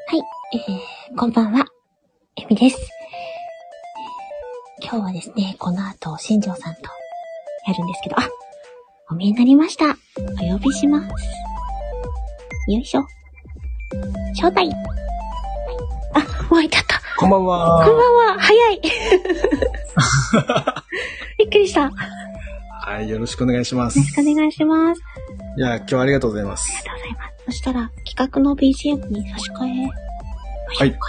はい、こんばんは、えみです。今日はですね、この後、新庄さんとやるんですけど、お見えになりました。お呼びします。よいしょ。招待。もう開いちゃった。 こんばんは。 こんばんは。早い。びっくりした。 はい、よろしくお願いします。 よろしくお願いします。 いや、今日はありがとうございます。 ありがとうございます。そしたら、企画の BGM に差し替えましょうかね。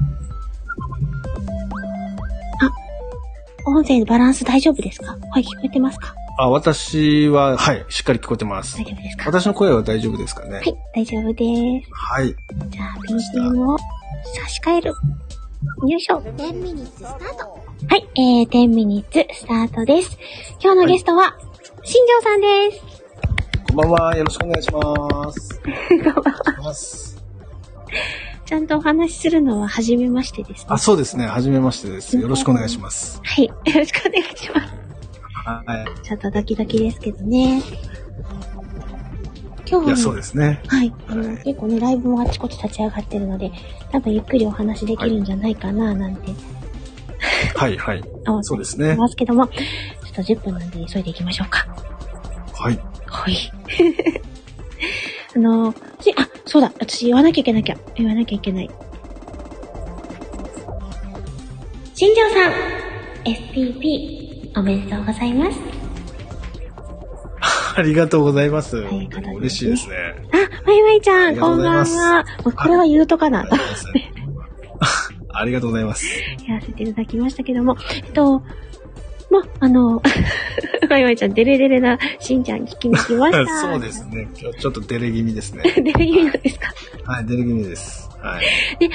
音声バランス大丈夫ですか？はい、聞こえてますか？ 私は、はい、しっかり聞こえてます。 大丈夫ですか？ 私の声は大丈夫ですかね？ はい、大丈夫です。 はい。 じゃあ、BGM を差し替える。よいしょ。10ミニッツスタート。はい、10ミニッツスタートです。今日のゲストは、新庄さんです。 こんばんは、よろしくお願いします。 こんばんは。ちゃんとお話しするのは初めましてですね。 そうですね。初めましてです。よろしくお願いします。 はい。よろしくお願いします。 はい。 ちょっとドキドキですけどね。今日は、 そうですね。 はい。結構ね、ライブもあちこち立ち上がってるので、多分ゆっくりお話できるんじゃないかな、なんて。 はいはい。そうですね。 ますけども、ちょっと10分なんで急いでいきましょうか。 はい。 はい。そうだ、私言わなきゃいけない。新庄さん、SPP、おめでとうございます。 ありがとうございます。 嬉しいですね。 まいまいちゃん、こんばんは。もうこれは言うとかな。 ありがとうございます。 やらせていただきましたけども、まいまいちゃん、デレデレなしんちゃん聞きに来ました。 そうですね。今日ちょっとデレ気味ですね。 デレ気味なんですか？ はい、デレ気味です。はい。 で、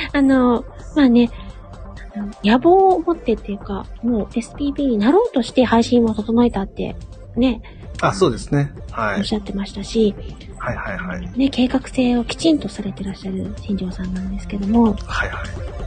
野望を持ってっていうか、もう SPP になろうとして配信も整えたって、ね。 そうですね。はい。 おっしゃってましたし、 はいはいはい。 ね、計画性をきちんとされてらっしゃる新庄さんなんですけども、 はいはい。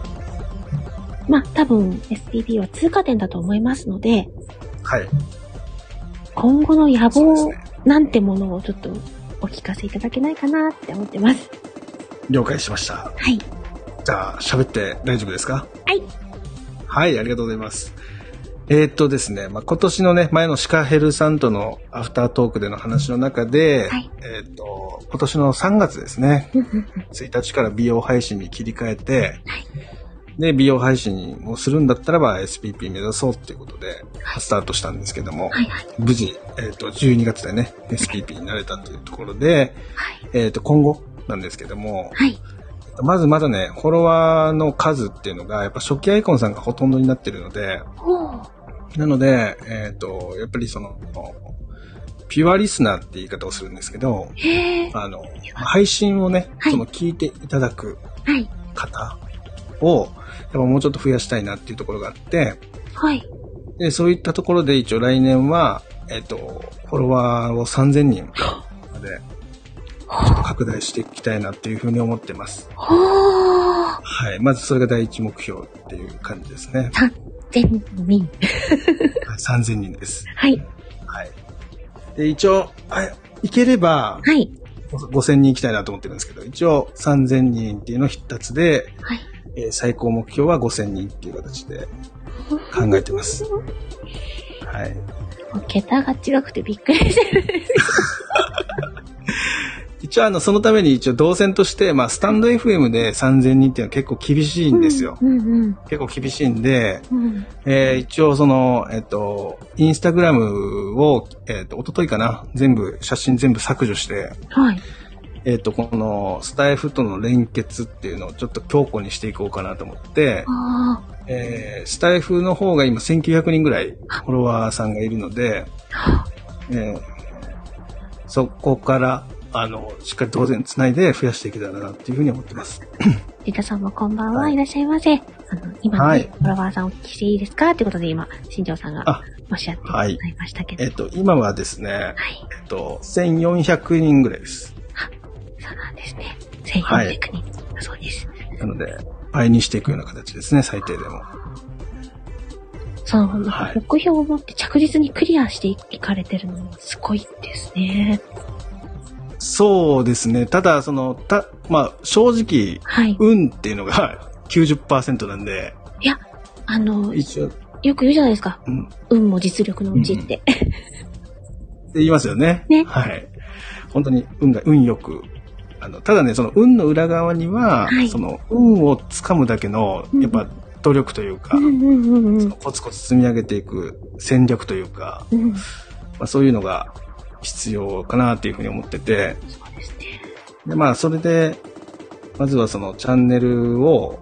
多分 SPP は通過点だと思いますので、 はい。 今後の野望なんてものをちょっとお聞かせいただけないかなって思ってます。 了解しました。 はい。 じゃあ、喋って大丈夫ですか？ はい。 はい、ありがとうございます。ですね、今年のね、前のシカヘルさんとのアフタートークでの話の中で、 はい、 今年の3月ですね、1日から美容配信に切り替えて、はい、で、美容配信をするんだったらば SPP 目指そうっていうことで、スタートしたんですけども、はいはい、無事、12月でね、SPP になれたというところで、はい、今後なんですけども、はい、まずまだね、フォロワーの数っていうのが、やっぱ初期アイコンさんがほとんどになってるので、なので、やっぱりピュアリスナーって言い方をするんですけど、配信をね、はい、聞いていただく方を、やっぱもうちょっと増やしたいなっていうところがあって、はい。で、そういったところで一応来年は、フォロワーを3000人まで、ちょっと拡大していきたいなっていうふうに思ってます。はい。まずそれが第一目標っていう感じですね。 3000人。 3000人です。 はい。 はい。で、一応、いければ、はい。5000人行きたいなと思ってるんですけど、一応3000人っていうのを必達で、はい。最高目標は5000人っていう形で考えてます。はい。 桁が違くてびっくりしてるんです一応そのために動線として、スタンド FM で3000人っていうのは結構厳しいんですよ。結構厳しいんで、一応インスタグラムを、一昨日かな、写真全部削除して、はい。このスタイフとの連結っていうのをちょっと強固にしていこうかなと思って、スタイフの方が今1900人ぐらいフォロワーさんがいるので、そこから、しっかり動線つないで増やしていけたらなっていうふうに思ってます。 リタさんもこんばんは、いらっしゃいませ。今ね、はい、フォロワーさんお聞きしていいですかってことで今、新庄さんがおっしゃってくださいましたけど。 今はですね、はい、1400人ぐらいです。 そうなんですね。1400人、はい。そうです。 なので、倍にしていくような形ですね、最低でも。 はい、目標を持って着実にクリアしていかれてるのもすごいですね。 そうですね。ただ、まあ、正直、 はい。 運っていうのが90% なんで。 いや、 一応。 よく言うじゃないですか。 うん。 運も実力のうちって。 って言いますよね。 ね。 はい。本当に運よく。ただね、その運の裏側には、 はい、 その運をつかむだけの、やっぱ努力というか、そのコツコツ積み上げていく戦略というか、まあ、そういうのが必要かなっていうふうに思ってて、 そうですね。 で、まあ、それで、まずはそのチャンネルを、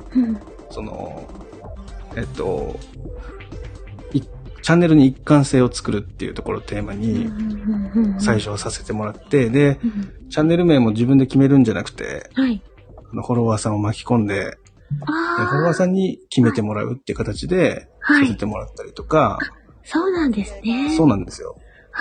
チャンネルに一貫性を作るっていうところをテーマに最初はさせてもらって、で、チャンネル名も自分で決めるんじゃなくて、はい、フォロワーさんを巻き込んで、フォロワーさんに決めてもらうっていう形でさせてもらったりとか。 はい、そうなんですね。 そうなんですよ。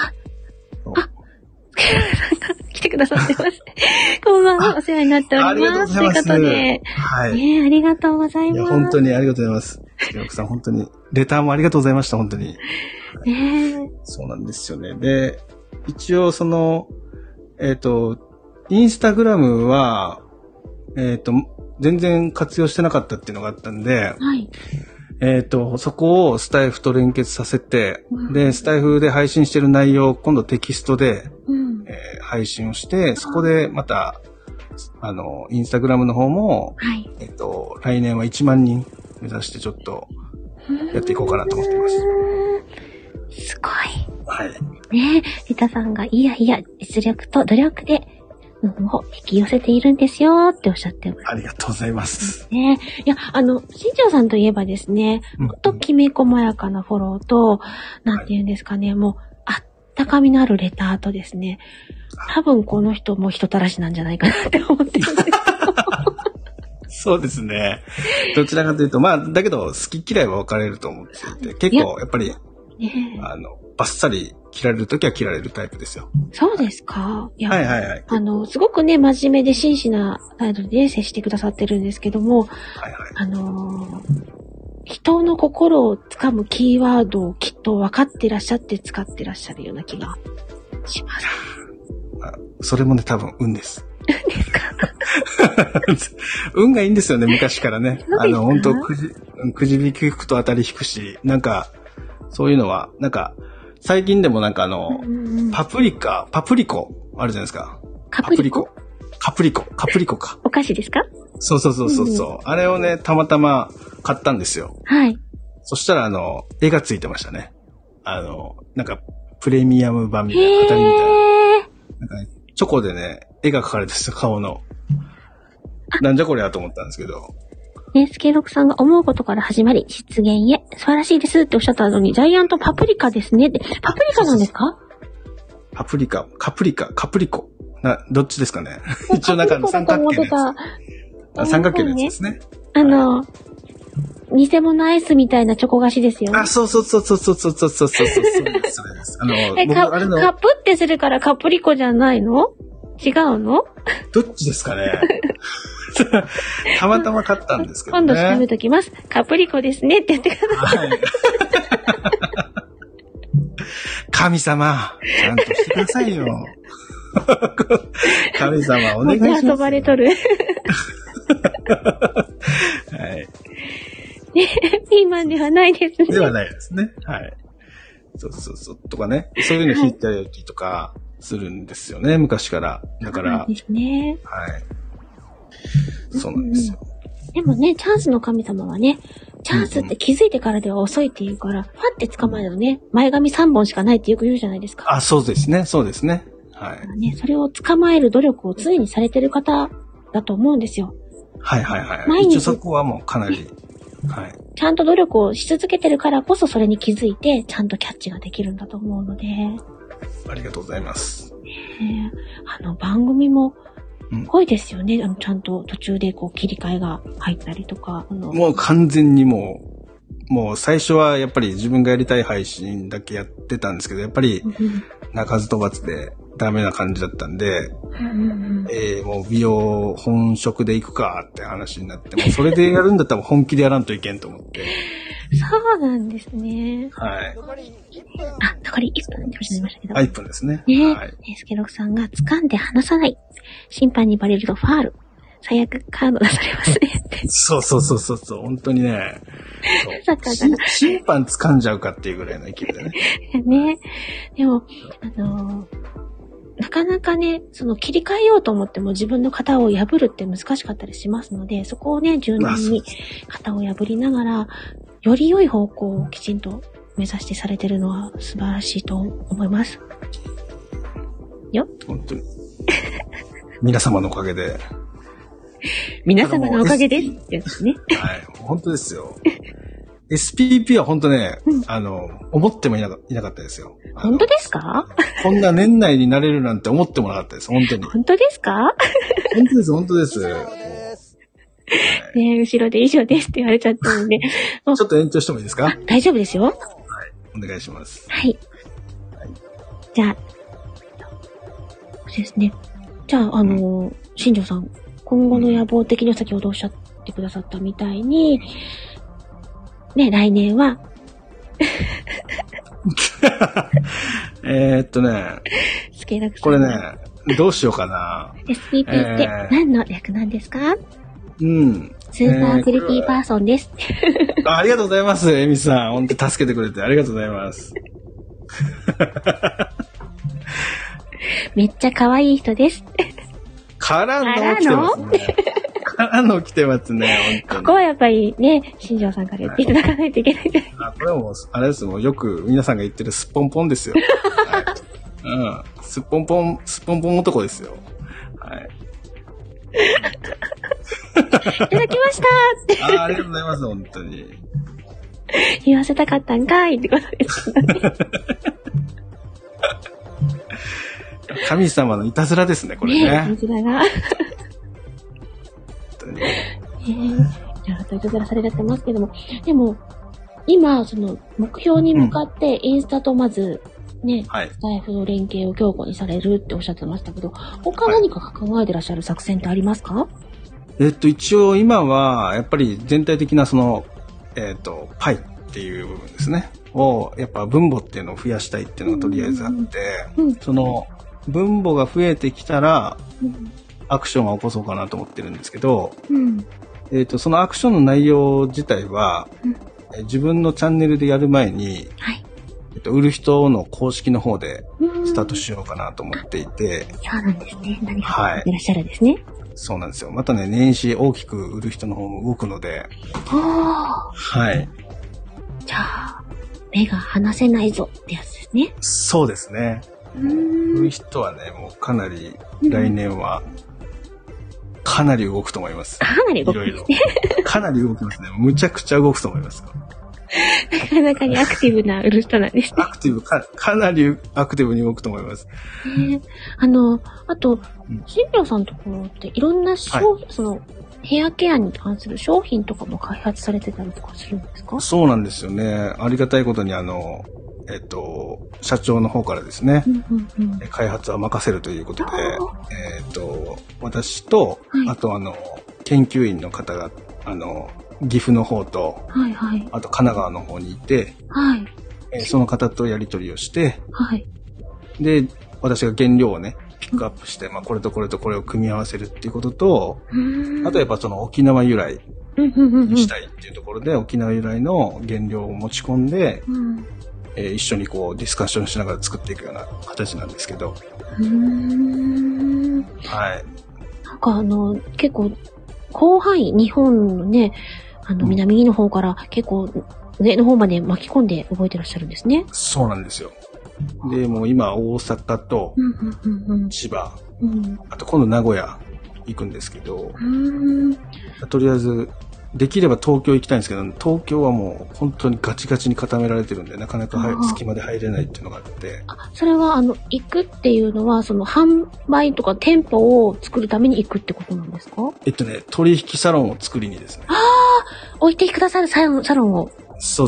来てくださってます。こんばんは、お世話になっております。 ありがとうございます。 ということで。はい。ありがとうございます。 いや、本当にありがとうございます。奥さん、本当に。レターもありがとうございました、本当に。そうなんですよね。で、一応インスタグラムは、全然活用してなかったっていうのがあったんで、はい。そこをスタイフと連結させて、で、スタイフで配信してる内容を今度テキストで、配信をして、そこでまた、インスタグラムの方も、はい。来年は1万人目指してちょっとやっていこうかなと思ってます。 すごい。 はい。 ねえ、リタさんがいやいや、実力と努力で、運を引き寄せているんですよっておっしゃってます。 ありがとうございます。 ね、いや、新庄さんといえばですね、ほんときめ細やかなフォローと、なんて言うんですかね、もう、あったかみのあるレターとですね、多分この人も人たらしなんじゃないかなって思ってるんですけど。 そうですね。どちらかというと、まあ、だけど、好き嫌いは分かれると思っていて、結構、やっぱり、バッサリ切られるときは切られるタイプですよ。 そうですか？いや、 はいはいはい。 すごくね、真面目で真摯な態度で接してくださってるんですけども、はいはい、人の心をつかむキーワードをきっと分かってらっしゃって使ってらっしゃるような気がします。 それもね、多分運です。 運ですか？ 運がいいんですよね、昔からね。本当くじ引き引くと当たり引くし、なんか、そういうのは、なんか、最近でもなんかパプリコ、あるじゃないですか。カプリコか。 お菓子ですか？ そう。あれをね、たまたま買ったんですよ。 はい。 そしたら絵がついてましたね。なんか、プレミアム版みたいな、当たりみたいな。なんかね、チョコでね、絵が描かれてる顔の。なんじゃこりゃと思ったんですけど。 ね、スケロクさんが思うことから始まり、実現へ。素晴らしいですっておっしゃったのに、ジャイアントパプリカですねって。パプリカなんですか？ カプリコ。どっちですかね。一応なんか三角形のやつ。三角形のやつですね。 偽物アイスみたいなチョコ菓子ですよね。 あ、そう。そうです。 カプってするからカプリコじゃないの？違うの？ どっちですかね。たまたま買ったんですけどね。 今度調べときます。カプリコですねって言ってください。はい、 神様、ちゃんとしてくださいよ。神様、お願いします。 遊ばれとる。はい。ピーマンではないですね。 ではないですね。はい。そう。とかね。そういうの引いたりとかするんですよね、昔から。だから。 そうですね。 はい。そうなんですよ。 でもね、チャンスの神様はね、チャンスって気づいてからでは遅いって言うから、ファって捕まえるとね、前髪3本しかないってよく言うじゃないですか。 あ、そうですね。はい。 ね、それを捕まえる努力を常にされてる方だと思うんですよ。 はい。一応そこはもうかなり、はい。 ちゃんと努力をし続けてるからこそそれに気づいて、ちゃんとキャッチができるんだと思うので。 ありがとうございます。 番組も、すごいですよね。ちゃんと途中で切り替えが入ったりとか。 もう完全にもう最初はやっぱり自分がやりたい配信だけやってたんですけど、やっぱり鳴かず飛ばずでダメな感じだったんで、もう美容本職で行くかって話になって、もうそれでやるんだったら本気でやらんといけんと思って。 そうなんですね。 はい。 あ、残り1分っておっしゃいましたけど。 1分ですね。 ねはい。 スケロクさんが掴んで離さない。審判にバレるとファール。最悪カード出されますねって。 そう。本当にね。 サッカーが審判掴んじゃうかっていうぐらいの勢いでね。 ね。でも、なかなかね、切り替えようと思っても自分の型を破るって難しかったりしますので、そこをね、柔軟に型を破りながら、より良い方向をきちんと目指してされてるのは素晴らしいと思います。よ。 本当に。皆様のおかげで。 皆様のおかげですね。 はい、本当ですよ。SPP は本当ね、思ってもいなかったですよ。 本当ですか？ こんな年内になれるなんて思ってもなかったです、本当に。 本当ですか？ 本当です。 ね、後ろで以上ですって言われちゃったので。 ちょっと延長してもいいですか？ 大丈夫ですよ。はい、 お願いします。 はい。じゃあ、そうですね。じゃあ、新庄さん、今後の野望的には先ほどおっしゃってくださったみたいに、ね、来年はスケラクさん。 これね、どうしようかな。 SPP って何の略なんですか？ うん。 スーパープリティパーソンです。 ありがとうございます、エミさん。本当に助けてくれてありがとうございます。 めっちゃ可愛い人です。 からの来てますね。からの来てますね、 ここはやっぱりね、新庄さんから言っていただかないといけないんじゃないですか。 これも、あれですもうよく皆さんが言ってるすっぽんぽんですよ。はい。うん。すっぽんぽん男ですよ。はい。 いただきましたって。 ありがとうございます、本当に。 言わせたかったんかいってことですけどね。 神様のいたずらですね、これね。 いたずらが。じゃあ、いたずらされてますけども。でも、今、目標に向かって、インスタとまず、ね、スタイフの連携を強固にされるっておっしゃってましたけど、他何か考えてらっしゃる作戦ってありますか？ 一応今は、やっぱり全体的なパイっていう部分ですね。やっぱ分母っていうのを増やしたいっていうのがとりあえずあって、分母が増えてきたら、アクションを起こそうかなと思ってるんですけど、そのアクションの内容自体は、自分のチャンネルでやる前に、売る人の公式の方でスタートしようかなと思っていて。 そうなんですね。何かやってらっしゃるんですね。 そうなんですよ。またね、年始大きく売る人の方も動くので。はい。 じゃあ、目が離せないぞってやつですね。 そうですね。売る人はね、もうかなり来年は、かなり動くと思います。 かなり動くんですね。 かなり動きますね。むちゃくちゃ動くと思います。 なかなかにアクティブな売る人なんですね。 アクティブ、かなりアクティブに動くと思います。 あと、新庄さんのところっていろんな商品、ヘアケアに関する商品とかも開発されてたりとかするんですか？そうなんですよね。ありがたいことに社長の方からですね、開発は任せるということで、私と、あと研究員の方が、岐阜の方と、あと神奈川の方にいて、その方とやり取りをして、で、私が原料をね、ピックアップして、これとこれとこれを組み合わせるっていうことと、あとやっぱ沖縄由来にしたいっていうところで、沖縄由来の原料を持ち込んで、一緒にディスカッションしながら作っていくような形なんですけど。はい。 なんか結構、広範囲、日本のね、南の方から結構、上の方まで巻き込んで覚えてらっしゃるんですね。 そうなんですよ。で、もう今、大阪と、千葉、あと今度名古屋行くんですけど、とりあえず、できれば東京行きたいんですけど、東京はもう本当にガチガチに固められてるんで、なかなか隙間で入れないっていうのがあって。 それは行くっていうのは、販売とか店舗を作るために行くってことなんですか？ 取引サロンを作りにですね。 置いてくださるサロンを。 そう。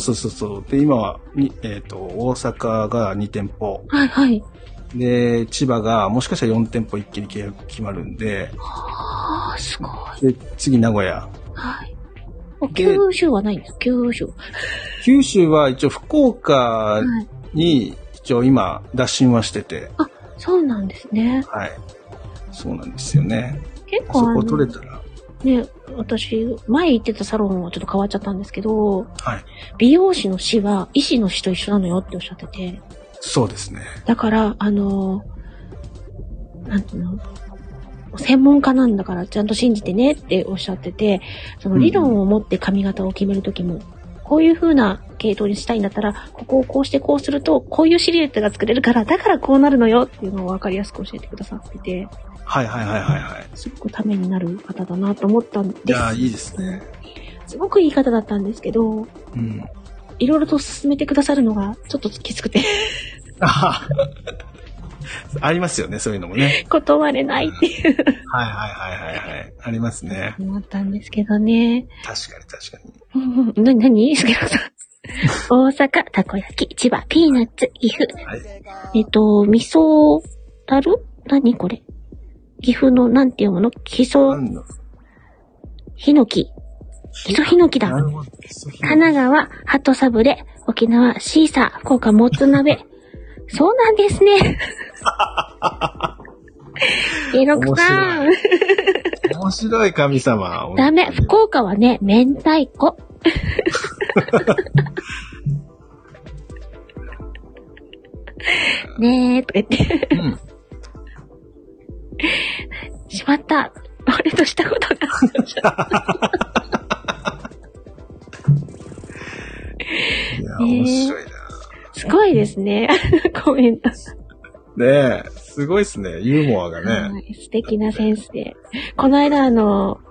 で、今は、大阪が2店舗。で、千葉がもしかしたら4店舗一気に決まるんで。 すごい。 で、次名古屋。 九州はないんです。九州。 九州は一応福岡に一応今打診はしてて。 あ、そうなんですね。 はい。そうなんですよね。 結構そこ取れたら。 ね、私、前行ってたサロンはちょっと変わっちゃったんですけど、 はい。 美容師の師は医師の師と一緒なのよっておっしゃってて。 そうですね。 だから、なんていうの？専門家なんだからちゃんと信じてねっておっしゃってて、その理論を持って髪型を決めるときも、こういう風な系統にしたいんだったら、ここをこうしてこうすると、こういうシルエットが作れるから、だからこうなるのよっていうのを分かりやすく教えてくださってて、 はいはいはいはいはい。 すごくためになる方だなと思ったんです。 いや、いいですね。 すごくいい方だったんですけど、 うん。 いろいろと進めてくださるのがちょっときつくてありますよね、そういうのもね。 断れないっていう。 はいはいはいはいはい。ありますね。 思ったんですけどね。 確かに確かに。 何スケロさん。大阪、たこ焼き、千葉、ピーナッツ、岐阜。 はい。 味噌たる？何これ？岐阜の、なんて読むの？基礎、ヒノキ。基礎ヒノキだ。 なるほど。 神奈川、鳩サブレ、沖縄、シーサー、福岡、もつ鍋。そうなんですね。ゲロクさん。 面白い神様。 ダメ、福岡はね、明太子。ねーとか言って。うん。しまった。俺としたことが。 いや、面白いな。 すごいですね。コメント。 ねえ、すごいですね。ユーモアがね。 はい、素敵なセンスで。この間ね、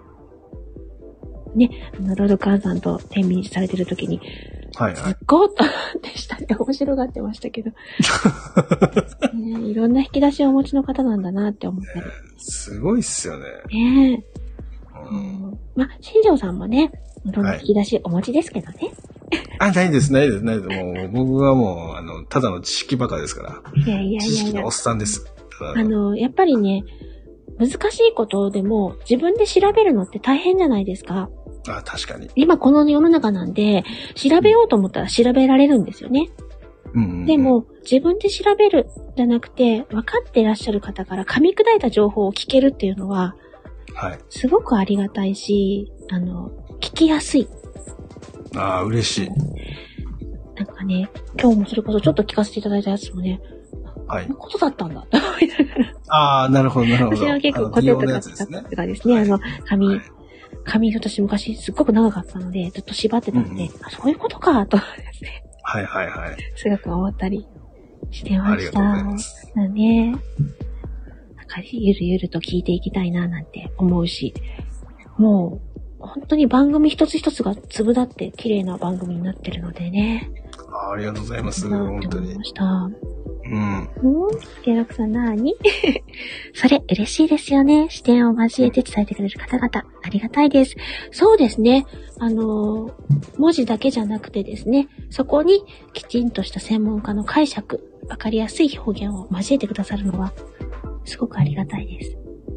ロドカーンさんと天秤されてる時に、 はいはい。 すっごーっとでしたね。面白がってましたけど。ね、いろんな引き出しをお持ちの方なんだなって思ったり。 すごいっすよね。 ねえ。ま、新庄さんもね、いろんな引き出しお持ちですけどね。 はい、ないです。もう、僕はもう、ただの知識バカですから。 いやいやいやいや。 知識のおっさんです。 やっぱりね、難しいことでも自分で調べるのって大変じゃないですか。 あ、確かに。 今この世の中なんで、調べようと思ったら調べられるんですよね。でも、自分で調べるじゃなくて、分かってらっしゃる方から噛み砕いた情報を聞けるっていうのは、 はい。 すごくありがたいし、聞きやすい。 ああ、嬉しい。 なんかね、今日もそれこそちょっと聞かせていただいたやつもね、 はい。 このことだったんだって思いながら。 ああ、なるほど、なるほど。 私は結構コテとか使ったとかですね、髪私昔すっごく長かったので、ずっと縛ってたので、そういうことか、とですね。 はいはいはい。 すごく思ったりしてました。 ありがとうございます。 ね。なんかゆるゆると聞いていきたいななんて思うし、もう本当に番組一つ一つが粒立って綺麗な番組になってるのでね。 ありがとうございます。本当に。 ました。ゲロクさん何それ嬉しいですよね。視点を交えて伝えてくれる方々。ありがたいです。そうですね。文字だけじゃなくてですね、そこにきちんとした専門家の解釈、わかりやすい表現を交えてくださるのは、すごくありがたいです。いや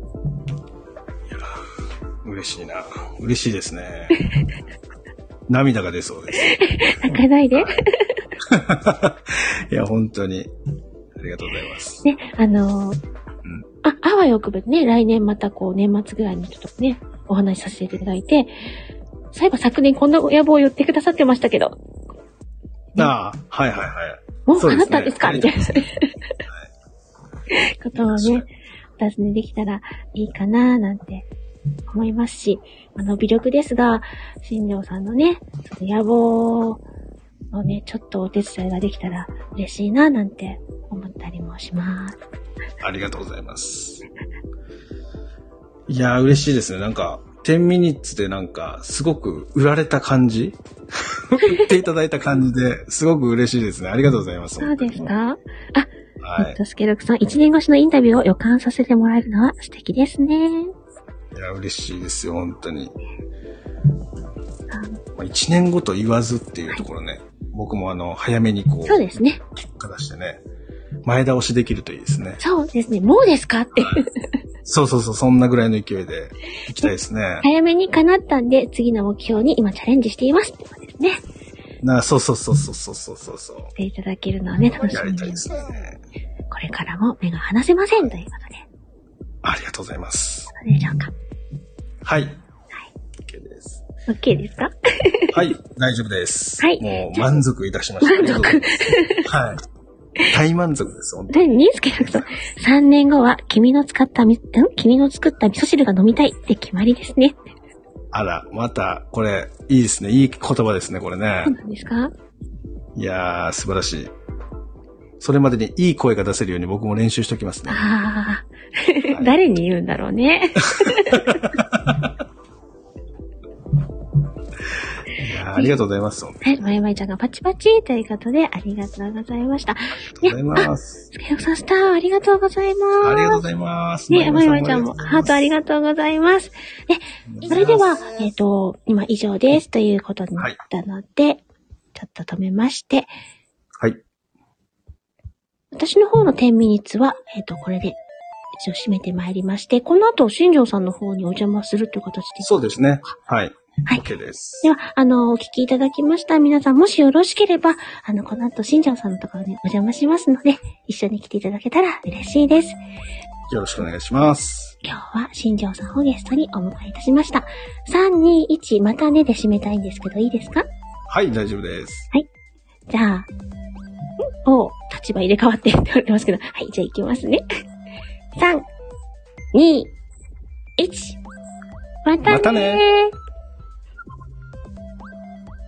嬉しいな。嬉しいですね。涙が出そうです。 泣かないで。 いや、本当に。ありがとうございます。 ね、あわよくばね、来年また年末ぐらいにちょっとね、お話しさせていただいて、そういえば昨年こんな野望を言ってくださってましたけど。 ああ、はいはいはい。 もう叶ったんですかみたいな。ことをね、お尋ねできたらいいかななんて思いますし、微力ですが、新庄さんのね、その野望をね、ちょっとお手伝いができたら嬉しいななんて思ったりもします。 ありがとうございます。いやー、嬉しいですね。なんか、10ミニッツでなんか、すごく売られた感じ売っていただいた感じで、すごく嬉しいですね。ありがとうございます。 そうですか？ はい。 スケロクさん、1年越しのインタビューを予感させてもらえるのは素敵ですね。 いや、嬉しいですよ、本当に。1年後と言わずっていうところね、はい、僕も早めにそうですね。 結果出してね、前倒しできるといいですね。 そうですね、もうですかって。 そう、そんなぐらいの勢いで行きたいですね。 早めに叶ったんで、次の目標に今チャレンジしていますってことですね。 そう。 していただけるのはね、楽しみやりたいですね。 これからも目が離せませんということで。 ありがとうございます。 どうでしょうか。 はい。OK です。 OK ですか？ はい、大丈夫です。 はい。 もう満足いたしました。 満足。 はい。大満足です、本当で、ニースケさん、3年後は君の作った君の作った味噌汁が飲みたいって決まりですね。 あら、また、これ、いいですね。いい言葉ですね、これね。 そうなんですか？ いやー、素晴らしい。それまでにいい声が出せるように僕も練習しときますね。 ああ、誰に言うんだろうね。 ありがとうございます。 はい、まゆまゆちゃんがパチパチということで、ありがとうございました。ありがとうございます。 スケロクさんスター、ありがとうございます。 ありがとうございます。 ね、まゆまゆちゃんもハートありがとうございます。で、それでは、今以上ですということになったので、ちょっと止めまして、 はい。 私の方の10ミニッツは、これで一応締めてまいりまして、この後、新庄さんの方にお邪魔するという形で。 そうですね。はい。 はい。 OK です。 では、お聞きいただきました皆さん、もしよろしければ、この後、新庄さんのところにお邪魔しますので、一緒に来ていただけたら嬉しいです。 よろしくお願いします。 今日は新庄さんをゲストにお迎えいたしました。3、2、1、またねで締めたいんですけど、いいですか？ はい、大丈夫です。 はい。じゃあ、立場入れ替わってって言われてますけど、はい、じゃあ行きますね。3、2、1、またねー。